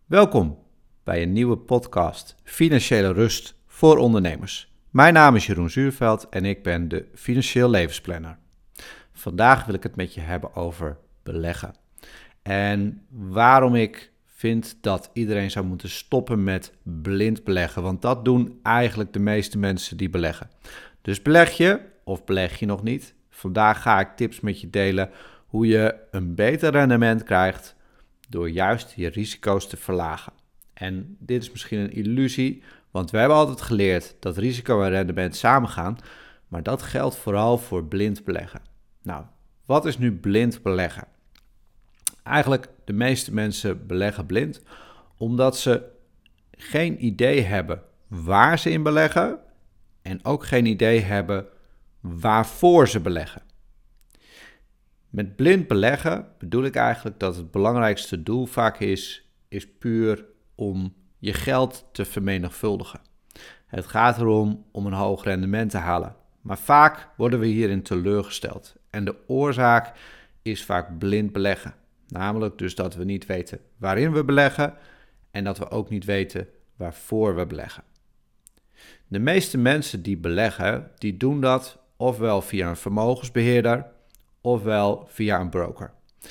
Welkom bij een nieuwe podcast Financiële Rust voor ondernemers. Mijn naam is Jeroen Zuurveld en ik ben de Financieel Levensplanner. Vandaag wil ik het met je hebben over beleggen. En waarom ik vind dat iedereen zou moeten stoppen met blind beleggen. Want dat doen eigenlijk de meeste mensen die beleggen. Dus beleg je of beleg je nog niet? Vandaag ga ik tips met je delen hoe je een beter rendement krijgt door juist je risico's te verlagen. En dit is misschien een illusie, want we hebben altijd geleerd dat risico en rendement samengaan, maar dat geldt vooral voor blind beleggen. Nou, wat is nu blind beleggen? Eigenlijk de meeste mensen beleggen blind, omdat ze geen idee hebben waar ze in beleggen en ook geen idee hebben waarvoor ze beleggen. Met blind beleggen bedoel ik eigenlijk dat het belangrijkste doel vaak is puur om je geld te vermenigvuldigen. Het gaat erom om een hoog rendement te halen. Maar vaak worden we hierin teleurgesteld. En de oorzaak is vaak blind beleggen. Namelijk dus dat we niet weten waarin we beleggen en dat we ook niet weten waarvoor we beleggen. De meeste mensen die beleggen, die doen dat ofwel via een vermogensbeheerder ofwel via een broker.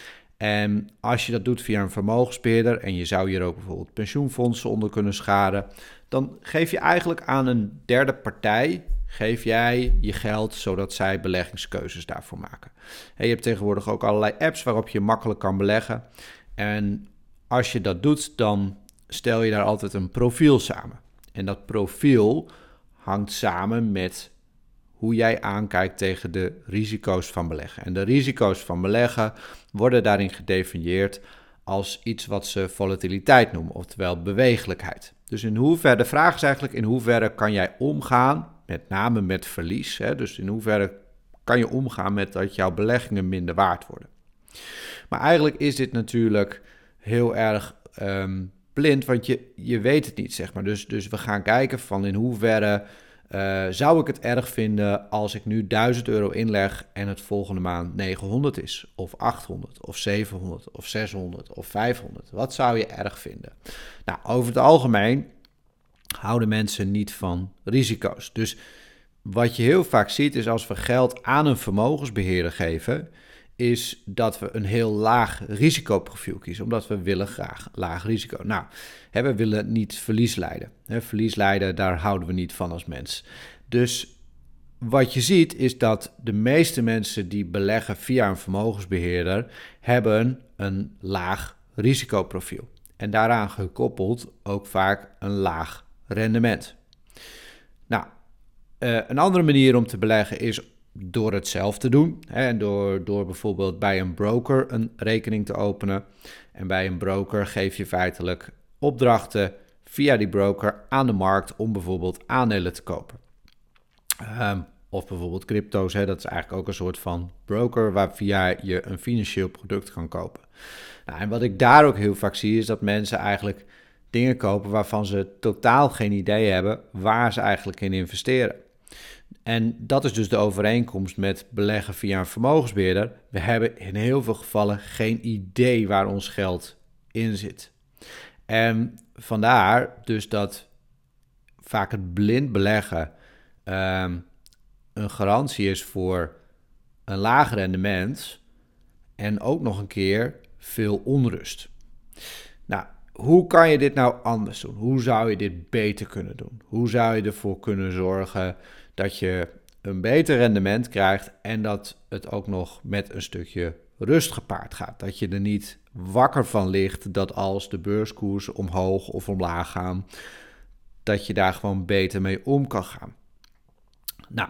En als je dat doet via een vermogensbeheerder en je zou hier ook bijvoorbeeld pensioenfondsen onder kunnen scharen, dan geef je eigenlijk aan een derde partij, geef jij je geld zodat zij beleggingskeuzes daarvoor maken. En je hebt tegenwoordig ook allerlei apps waarop je makkelijk kan beleggen. En als je dat doet, dan stel je daar altijd een profiel samen. En dat profiel hangt samen met hoe jij aankijkt tegen de risico's van beleggen. En de risico's van beleggen worden daarin gedefinieerd als iets wat ze volatiliteit noemen, oftewel beweeglijkheid. Dus de vraag is eigenlijk in hoeverre kan jij omgaan, met name met verlies. Dus in hoeverre kan je omgaan met dat jouw beleggingen minder waard worden. Maar eigenlijk is dit natuurlijk heel erg blind, want je weet het niet, zeg maar. Dus we gaan kijken van in hoeverre zou ik het erg vinden als ik nu €1000 inleg en het volgende maand 900 is, of 800, of 700, of 600, of 500? Wat zou je erg vinden? Nou, over het algemeen houden mensen niet van risico's. Dus wat je heel vaak ziet is als we geld aan een vermogensbeheerder geven, is dat we een heel laag risicoprofiel kiezen, omdat we willen graag laag risico. Nou, we willen niet verlies lijden. Verlies lijden, daar houden we niet van als mens. Dus wat je ziet is dat de meeste mensen die beleggen via een vermogensbeheerder hebben een laag risicoprofiel. En daaraan gekoppeld ook vaak een laag rendement. Nou, een andere manier om te beleggen is door het zelf te doen. En door bijvoorbeeld bij een broker een rekening te openen. En bij een broker geef je feitelijk opdrachten via die broker aan de markt om bijvoorbeeld aandelen te kopen. Of bijvoorbeeld crypto's. Dat is eigenlijk ook een soort van broker waar via je een financieel product kan kopen. Nou, en wat ik daar ook heel vaak zie is dat mensen eigenlijk dingen kopen waarvan ze totaal geen idee hebben waar ze eigenlijk in investeren. En dat is dus de overeenkomst met beleggen via een vermogensbeheerder. We hebben in heel veel gevallen geen idee waar ons geld in zit. En vandaar dus dat vaak het blind beleggen een garantie is voor een laag rendement en ook nog een keer veel onrust. Nou, hoe kan je dit nou anders doen? Hoe zou je dit beter kunnen doen? Hoe zou je ervoor kunnen zorgen dat je een beter rendement krijgt en dat het ook nog met een stukje rust gepaard gaat? Dat je er niet wakker van ligt dat als de beurskoersen omhoog of omlaag gaan, dat je daar gewoon beter mee om kan gaan. Nou,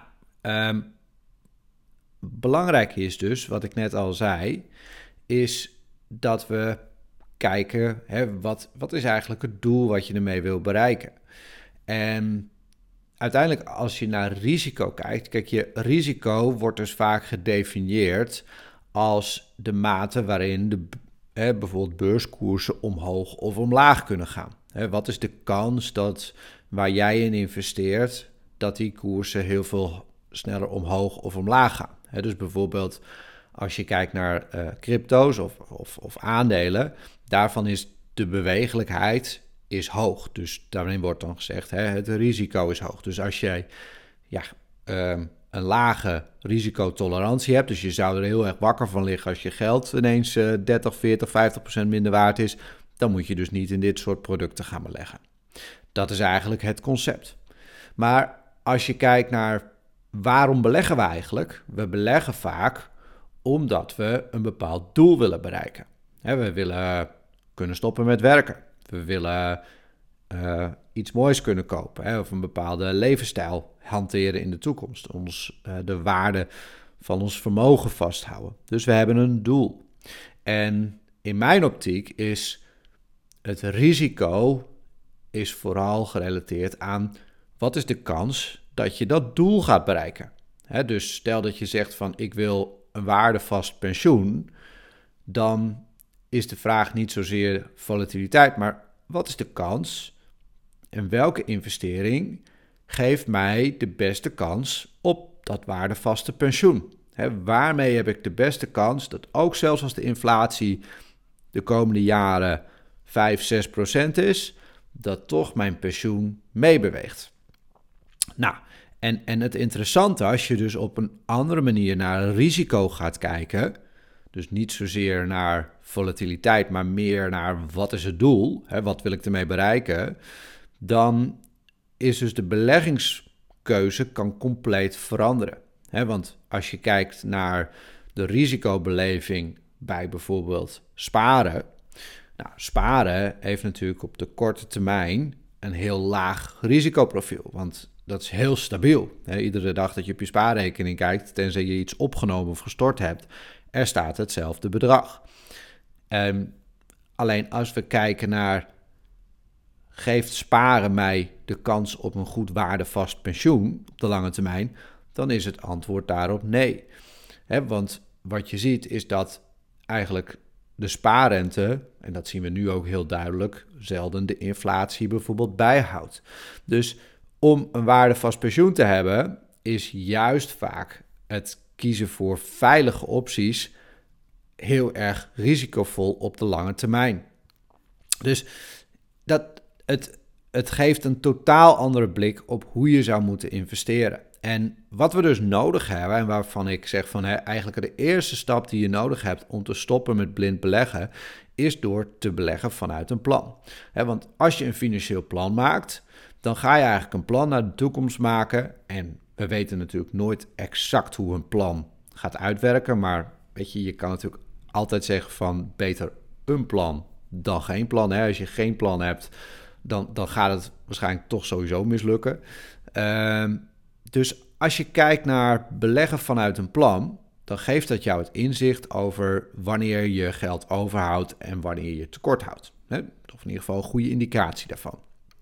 belangrijk is dus, wat ik net al zei, is dat we kijken, wat is eigenlijk het doel wat je ermee wil bereiken? En uiteindelijk als je naar risico kijkt, kijk, je risico wordt dus vaak gedefinieerd als de mate waarin bijvoorbeeld beurskoersen omhoog of omlaag kunnen gaan. Wat is de kans dat waar jij in investeert, dat die koersen heel veel sneller omhoog of omlaag gaan? Dus bijvoorbeeld als je kijkt naar crypto's of aandelen, daarvan is de bewegelijkheid is hoog. Dus daarin wordt dan gezegd, het risico is hoog. Dus als jij een lage risicotolerantie hebt, dus je zou er heel erg wakker van liggen als je geld ineens 30, 40, 50% minder waard is, dan moet je dus niet in dit soort producten gaan beleggen. Dat is eigenlijk het concept. Maar als je kijkt naar waarom beleggen we eigenlijk? We beleggen vaak omdat we een bepaald doel willen bereiken. We willen kunnen stoppen met werken. We willen iets moois kunnen kopen. Of een bepaalde levensstijl hanteren in de toekomst. De waarde van ons vermogen vasthouden. Dus we hebben een doel. En in mijn optiek is het risico vooral gerelateerd aan wat is de kans dat je dat doel gaat bereiken. Dus stel dat je zegt van ik wil een waardevast pensioen, dan is de vraag niet zozeer volatiliteit, maar wat is de kans en welke investering geeft mij de beste kans op dat waardevaste pensioen? Waarmee heb ik de beste kans dat ook zelfs als de inflatie de komende jaren 5-6% is, dat toch mijn pensioen meebeweegt. Nou, en het interessante, als je dus op een andere manier naar risico gaat kijken, dus niet zozeer naar volatiliteit, maar meer naar wat is het doel, wat wil ik ermee bereiken, dan is dus de beleggingskeuze kan compleet veranderen. Want als je kijkt naar de risicobeleving bij bijvoorbeeld sparen, nou, sparen heeft natuurlijk op de korte termijn een heel laag risicoprofiel, want dat is heel stabiel. Iedere dag dat je op je spaarrekening kijkt, tenzij je iets opgenomen of gestort hebt, er staat hetzelfde bedrag. Alleen als we kijken naar, geeft sparen mij de kans op een goed waardevast pensioen op de lange termijn, dan is het antwoord daarop nee. Want wat je ziet is dat eigenlijk de spaarrente, en dat zien we nu ook heel duidelijk, zelden de inflatie bijvoorbeeld bijhoudt. Dus om een waardevast pensioen te hebben, is juist vaak het kiezen voor veilige opties heel erg risicovol op de lange termijn. Dus het geeft een totaal andere blik op hoe je zou moeten investeren. En wat we dus nodig hebben, en waarvan ik zeg van eigenlijk de eerste stap die je nodig hebt om te stoppen met blind beleggen, is door te beleggen vanuit een plan. Want als je een financieel plan maakt, dan ga je eigenlijk een plan naar de toekomst maken. En we weten natuurlijk nooit exact hoe een plan gaat uitwerken, maar weet je kan natuurlijk altijd zeggen van beter een plan dan geen plan. Als je geen plan hebt, dan gaat het waarschijnlijk toch sowieso mislukken. Dus als je kijkt naar beleggen vanuit een plan, dan geeft dat jou het inzicht over wanneer je geld overhoudt en wanneer je tekort houdt. Of in ieder geval een goede indicatie daarvan.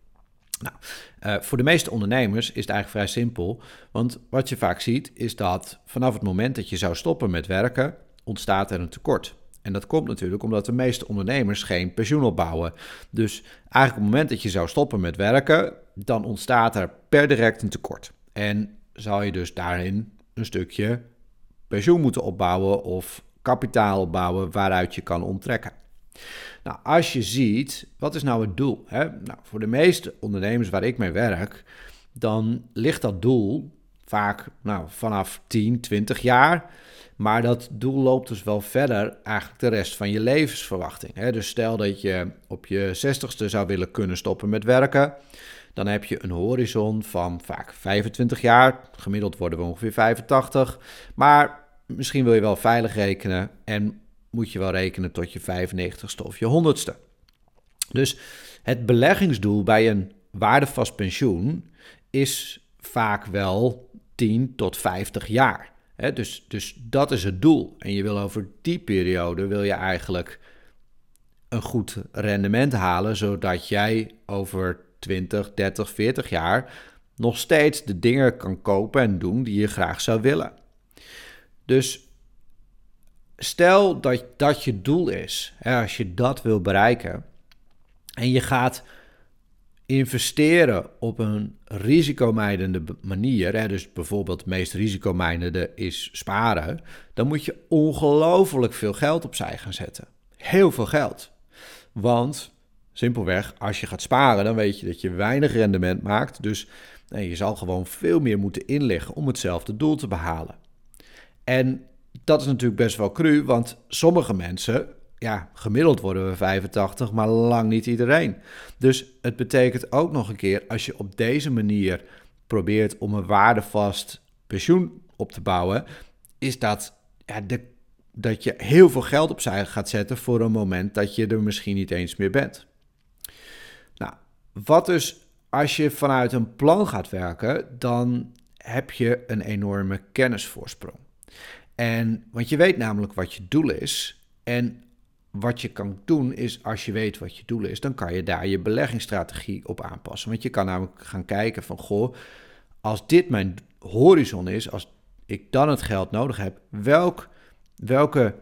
Nou, voor de meeste ondernemers is het eigenlijk vrij simpel, want wat je vaak ziet is dat vanaf het moment dat je zou stoppen met werken, ontstaat er een tekort. En dat komt natuurlijk omdat de meeste ondernemers geen pensioen opbouwen. Dus eigenlijk op het moment dat je zou stoppen met werken, dan ontstaat er per direct een tekort. En zal je dus daarin een stukje pensioen moeten opbouwen of kapitaal opbouwen waaruit je kan onttrekken. Nou, als je ziet, wat is nou het doel? Nou, voor de meeste ondernemers waar ik mee werk, dan ligt dat doel vaak vanaf 10, 20 jaar. Maar dat doel loopt dus wel verder eigenlijk de rest van je levensverwachting. Dus stel dat je op je 60ste zou willen kunnen stoppen met werken, dan heb je een horizon van vaak 25 jaar. Gemiddeld worden we ongeveer 85. Maar misschien wil je wel veilig rekenen en moet je wel rekenen tot je 95ste of je 100ste. Dus het beleggingsdoel bij een waardevast pensioen is vaak wel 10 tot 50 jaar. Dus dat is het doel. En je wil over die periode wil je eigenlijk een goed rendement halen, zodat jij over 20, 30, 40 jaar nog steeds de dingen kan kopen en doen die je graag zou willen. Dus stel dat dat je doel is, als je dat wil bereiken en je gaat investeren op een risicomijdende manier, dus bijvoorbeeld het meest risicomijdende is sparen, dan moet je ongelooflijk veel geld opzij gaan zetten. Heel veel geld. Want Simpelweg, als je gaat sparen, dan weet je dat je weinig rendement maakt. Dus je zal gewoon veel meer moeten inleggen om hetzelfde doel te behalen. En dat is natuurlijk best wel cru, want sommige mensen, gemiddeld worden we 85, maar lang niet iedereen. Dus het betekent ook nog een keer, als je op deze manier probeert om een waardevast pensioen op te bouwen, is dat dat je heel veel geld opzij gaat zetten voor een moment dat je er misschien niet eens meer bent. Nou, wat dus als je vanuit een plan gaat werken, dan heb je een enorme kennisvoorsprong. Want je weet namelijk wat je doel is. En wat je kan doen is, als je weet wat je doel is, dan kan je daar je beleggingsstrategie op aanpassen. Want je kan namelijk gaan kijken van, als dit mijn horizon is, als ik dan het geld nodig heb, welke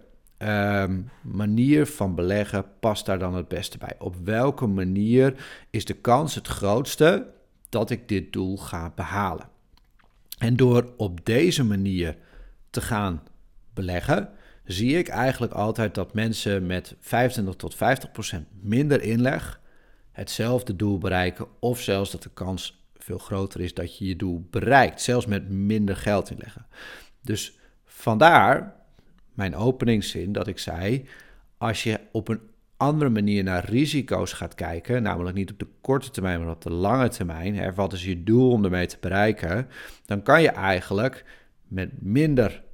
manier van beleggen past daar dan het beste bij? Op welke manier is de kans het grootste dat ik dit doel ga behalen? En door op deze manier te gaan beleggen, zie ik eigenlijk altijd dat mensen met 25 tot 50% minder inleg hetzelfde doel bereiken, of zelfs dat de kans veel groter is dat je je doel bereikt, zelfs met minder geld inleggen. Dus vandaar mijn openingszin dat ik zei, als je op een andere manier naar risico's gaat kijken, namelijk niet op de korte termijn, maar op de lange termijn, wat is je doel om ermee te bereiken, dan kan je eigenlijk met minder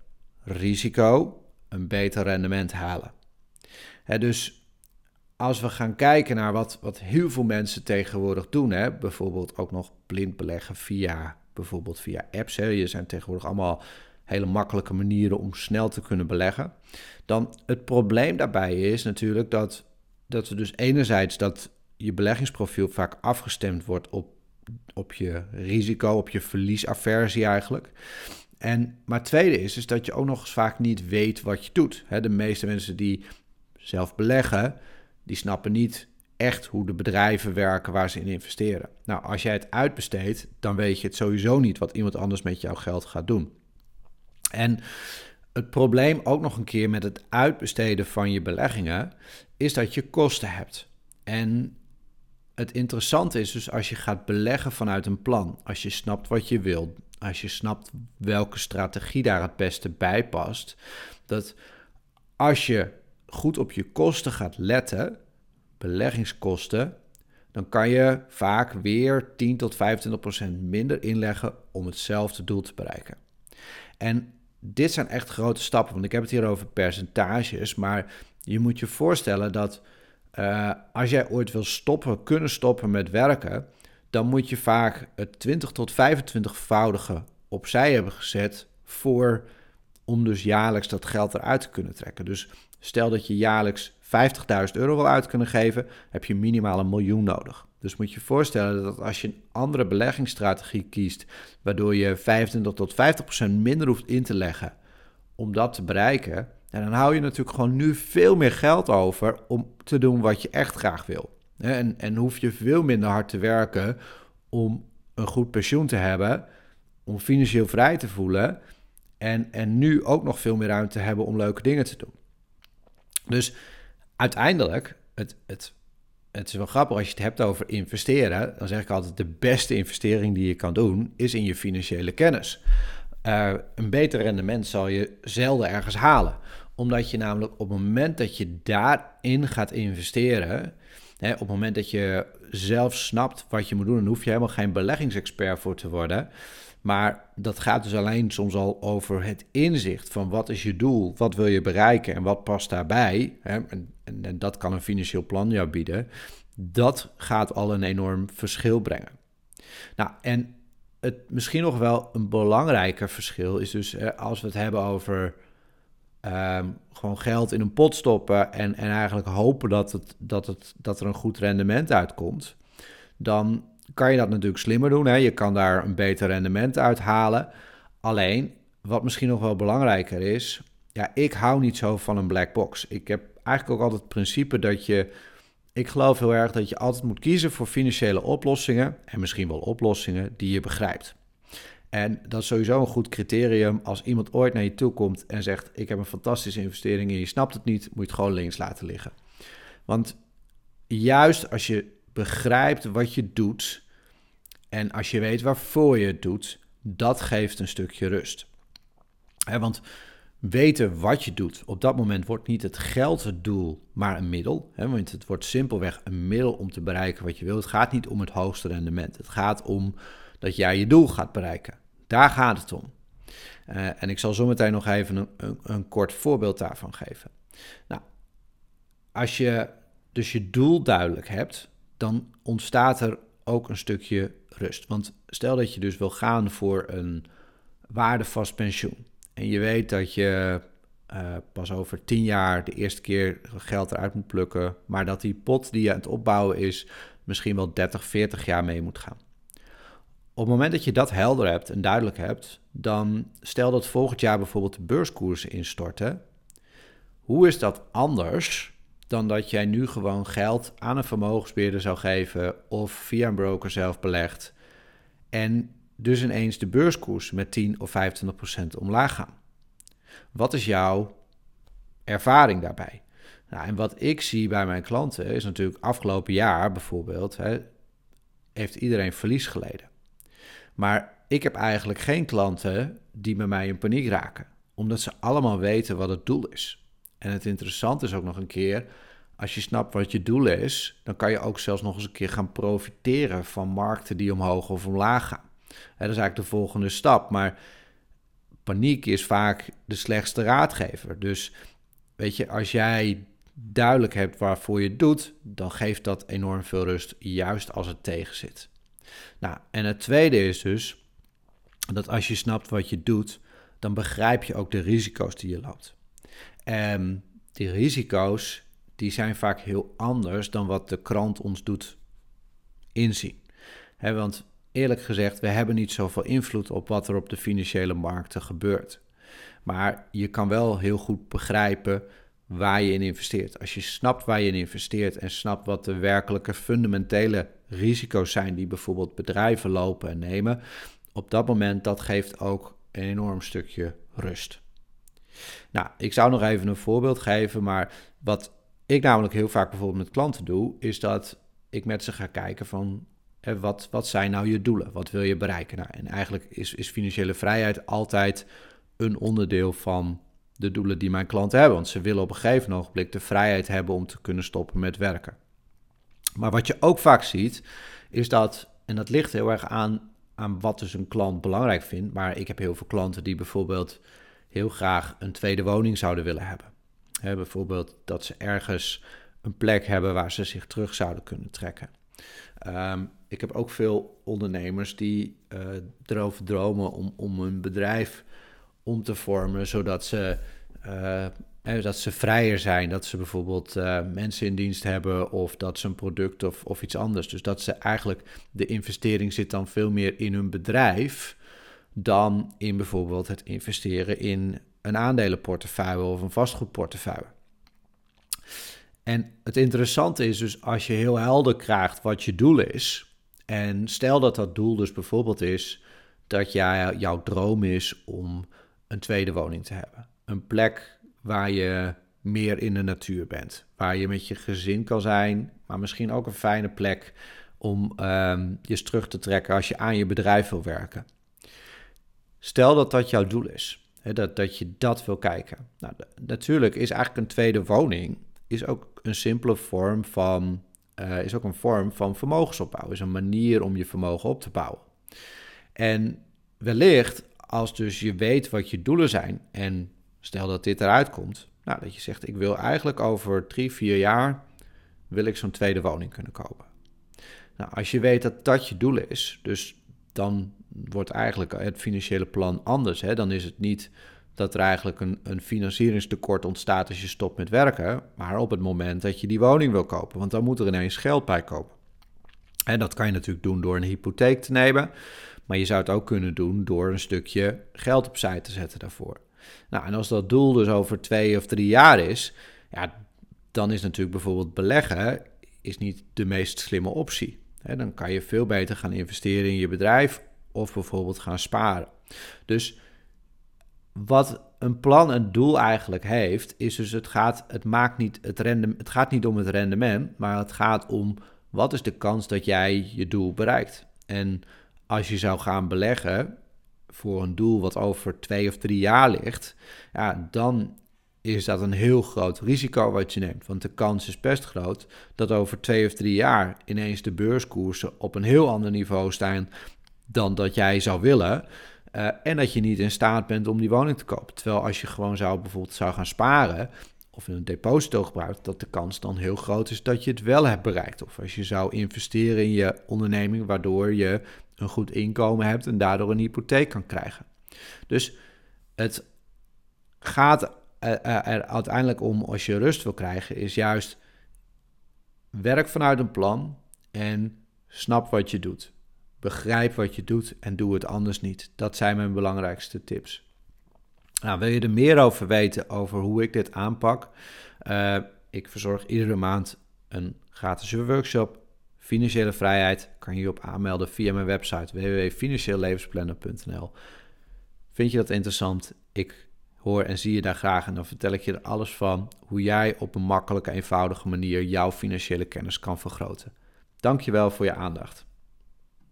risico een beter rendement halen. Dus als we gaan kijken naar wat heel veel mensen tegenwoordig doen, bijvoorbeeld ook nog blind beleggen via apps. Er zijn tegenwoordig allemaal hele makkelijke manieren om snel te kunnen beleggen. Dan het probleem daarbij is natuurlijk dat we dus enerzijds dat je beleggingsprofiel vaak afgestemd wordt op je risico, op je verliesaversie eigenlijk. Maar het tweede is dat je ook nog eens vaak niet weet wat je doet. De meeste mensen die zelf beleggen, die snappen niet echt hoe de bedrijven werken waar ze in investeren. Nou, als jij het uitbesteedt, dan weet je het sowieso niet wat iemand anders met jouw geld gaat doen. En het probleem ook nog een keer met het uitbesteden van je beleggingen is dat je kosten hebt. En het interessante is dus als je gaat beleggen vanuit een plan, als je snapt wat je wilt, als je snapt welke strategie daar het beste bij past, dat als je goed op je kosten gaat letten, beleggingskosten, dan kan je vaak weer 10 tot 25% minder inleggen om hetzelfde doel te bereiken. En dit zijn echt grote stappen, want ik heb het hier over percentages, maar je moet je voorstellen dat als jij ooit wil kunnen stoppen met werken, dan moet je vaak het 20 tot 25-voudige opzij hebben gezet om dus jaarlijks dat geld eruit te kunnen trekken. Dus stel dat je jaarlijks €50.000 wil uit kunnen geven, heb je minimaal $1 miljoen nodig. Dus moet je je voorstellen dat als je een andere beleggingsstrategie kiest, waardoor je 25 tot 50% minder hoeft in te leggen om dat te bereiken, en dan hou je natuurlijk gewoon nu veel meer geld over om te doen wat je echt graag wil. En hoef je veel minder hard te werken om een goed pensioen te hebben, om financieel vrij te voelen en nu ook nog veel meer ruimte te hebben om leuke dingen te doen. Dus uiteindelijk, het is wel grappig als je het hebt over investeren, dan zeg ik altijd de beste investering die je kan doen is in je financiële kennis. Een beter rendement zal je zelden ergens halen. Omdat je namelijk op het moment dat je daarin gaat investeren, op het moment dat je zelf snapt wat je moet doen, dan hoef je helemaal geen beleggingsexpert voor te worden. Maar dat gaat dus alleen soms al over het inzicht van wat is je doel, wat wil je bereiken en wat past daarbij. En dat kan een financieel plan jou bieden. Dat gaat al een enorm verschil brengen. Nou, en het misschien nog wel een belangrijker verschil is dus als we het hebben over gewoon geld in een pot stoppen en eigenlijk hopen dat er een goed rendement uitkomt, dan kan je dat natuurlijk slimmer doen. Je kan daar een beter rendement uithalen. Alleen, wat misschien nog wel belangrijker is, ik hou niet zo van een black box. Ik heb eigenlijk ook altijd het principe ik geloof heel erg dat je altijd moet kiezen voor financiële oplossingen en misschien wel oplossingen die je begrijpt. En dat is sowieso een goed criterium. Als iemand ooit naar je toe komt en zegt, ik heb een fantastische investering en je snapt het niet, moet je het gewoon links laten liggen. Want juist als je begrijpt wat je doet en als je weet waarvoor je het doet, dat geeft een stukje rust. Want weten wat je doet, op dat moment wordt niet het geld het doel, maar een middel. Want het wordt simpelweg een middel om te bereiken wat je wilt. Het gaat niet om het hoogste rendement. Het gaat om dat jij je doel gaat bereiken. Daar gaat het om. En ik zal zo meteen nog even een kort voorbeeld daarvan geven. Nou, als je dus je doel duidelijk hebt, dan ontstaat er ook een stukje rust. Want stel dat je dus wil gaan voor een waardevast pensioen. En je weet dat je pas over 10 jaar de eerste keer geld eruit moet plukken, maar dat die pot die je aan het opbouwen is misschien wel 30, 40 jaar mee moet gaan. Op het moment dat je dat helder hebt en duidelijk hebt, dan stel dat volgend jaar bijvoorbeeld de beurskoersen instorten. Hoe is dat anders dan dat jij nu gewoon geld aan een vermogensbeheerder zou geven of via een broker zelf belegt en dus ineens de beurskoers met 10 of 25% omlaag gaan? Wat is jouw ervaring daarbij? Nou, en wat ik zie bij mijn klanten is natuurlijk afgelopen jaar bijvoorbeeld, heeft iedereen verlies geleden. Maar ik heb eigenlijk geen klanten die bij mij in paniek raken, omdat ze allemaal weten wat het doel is. En het interessante is ook nog een keer, als je snapt wat je doel is, dan kan je ook zelfs nog eens een keer gaan profiteren van markten die omhoog of omlaag gaan. Dat is eigenlijk de volgende stap, maar paniek is vaak de slechtste raadgever. Dus weet je, als jij duidelijk hebt waarvoor je het doet, dan geeft dat enorm veel rust, juist als het tegenzit. Nou, en het tweede is dus dat als je snapt wat je doet, dan begrijp je ook de risico's die je loopt. En die risico's, die zijn vaak heel anders dan wat de krant ons doet inzien. Want eerlijk gezegd, we hebben niet zoveel invloed op wat er op de financiële markten gebeurt. Maar je kan wel heel goed begrijpen waar je in investeert. Als je snapt waar je in investeert en snapt wat de werkelijke fundamentele risico's zijn die bijvoorbeeld bedrijven lopen en nemen, op dat moment, dat geeft ook een enorm stukje rust. Nou, ik zou nog even een voorbeeld geven, maar wat ik namelijk heel vaak bijvoorbeeld met klanten doe, is dat ik met ze ga kijken van wat zijn nou je doelen? Wat wil je bereiken? Nou, en eigenlijk is financiële vrijheid altijd een onderdeel van de doelen die mijn klanten hebben. Want ze willen op een gegeven ogenblik de vrijheid hebben om te kunnen stoppen met werken. Maar wat je ook vaak ziet, is dat, en dat ligt heel erg aan wat dus een klant belangrijk vindt, maar ik heb heel veel klanten die bijvoorbeeld heel graag een tweede woning zouden willen hebben. Bijvoorbeeld dat ze ergens een plek hebben waar ze zich terug zouden kunnen trekken. Ik heb ook veel ondernemers die erover dromen om hun bedrijf om te vormen, zodat ze vrijer zijn. Dat ze bijvoorbeeld mensen in dienst hebben of dat ze een product of iets anders. Dus dat ze eigenlijk, de investering zit dan veel meer in hun bedrijf dan in bijvoorbeeld het investeren in een aandelenportefeuille of een vastgoedportefeuille. En het interessante is dus als je heel helder krijgt wat je doel is, en stel dat dat doel dus bijvoorbeeld is dat jouw droom is om een tweede woning te hebben. Een plek waar je meer in de natuur bent, waar je met je gezin kan zijn, maar misschien ook een fijne plek om je terug te trekken als je aan je bedrijf wil werken. Stel dat dat jouw doel is, dat je dat wil kijken. Nou, natuurlijk is eigenlijk een tweede woning is ook een simpele vorm van, vermogensopbouw. Is een manier om je vermogen op te bouwen. En wellicht, als dus je weet wat je doelen zijn en stel dat dit eruit komt, nou, dat je zegt, ik wil eigenlijk over 3-4 jaar wil ik zo'n tweede woning kunnen kopen. Nou, als je weet dat dat je doel is, dus dan wordt eigenlijk het financiële plan anders. Dan is het niet dat er eigenlijk een financieringstekort ontstaat als je stopt met werken, maar op het moment dat je die woning wil kopen, want dan moet er ineens geld bij komen. En dat kan je natuurlijk doen door een hypotheek te nemen, maar je zou het ook kunnen doen door een stukje geld opzij te zetten daarvoor. Nou, en als dat doel dus over 2 of 3 jaar is, ja, dan is natuurlijk bijvoorbeeld beleggen is niet de meest slimme optie. Dan kan je veel beter gaan investeren in je bedrijf of bijvoorbeeld gaan sparen. Dus wat een plan een doel eigenlijk heeft, is dus het gaat niet om het rendement, maar het gaat om wat is de kans dat jij je doel bereikt. En als je zou gaan beleggen voor een doel wat over 2 of 3 jaar ligt, ja, dan is dat een heel groot risico wat je neemt. Want de kans is best groot dat over 2 of 3 jaar ineens de beurskoersen op een heel ander niveau staan dan dat jij zou willen. En dat je niet in staat bent om die woning te kopen. Terwijl als je gewoon bijvoorbeeld zou gaan sparen of een deposito gebruikt, dat de kans dan heel groot is dat je het wel hebt bereikt. Of als je zou investeren in je onderneming, waardoor je een goed inkomen hebt en daardoor een hypotheek kan krijgen. Dus het gaat er uiteindelijk om, als je rust wil krijgen, is juist werk vanuit een plan en snap wat je doet. Begrijp wat je doet en doe het anders niet. Dat zijn mijn belangrijkste tips. Nou, wil je er meer over weten, over hoe ik dit aanpak? Ik verzorg iedere maand een gratis workshop. Financiële vrijheid kan je op aanmelden via mijn website www.financieellevensplannen.nl. Vind je dat interessant? Ik hoor en zie je daar graag en dan vertel ik je er alles van hoe jij op een makkelijke, eenvoudige manier jouw financiële kennis kan vergroten. Dankjewel voor je aandacht.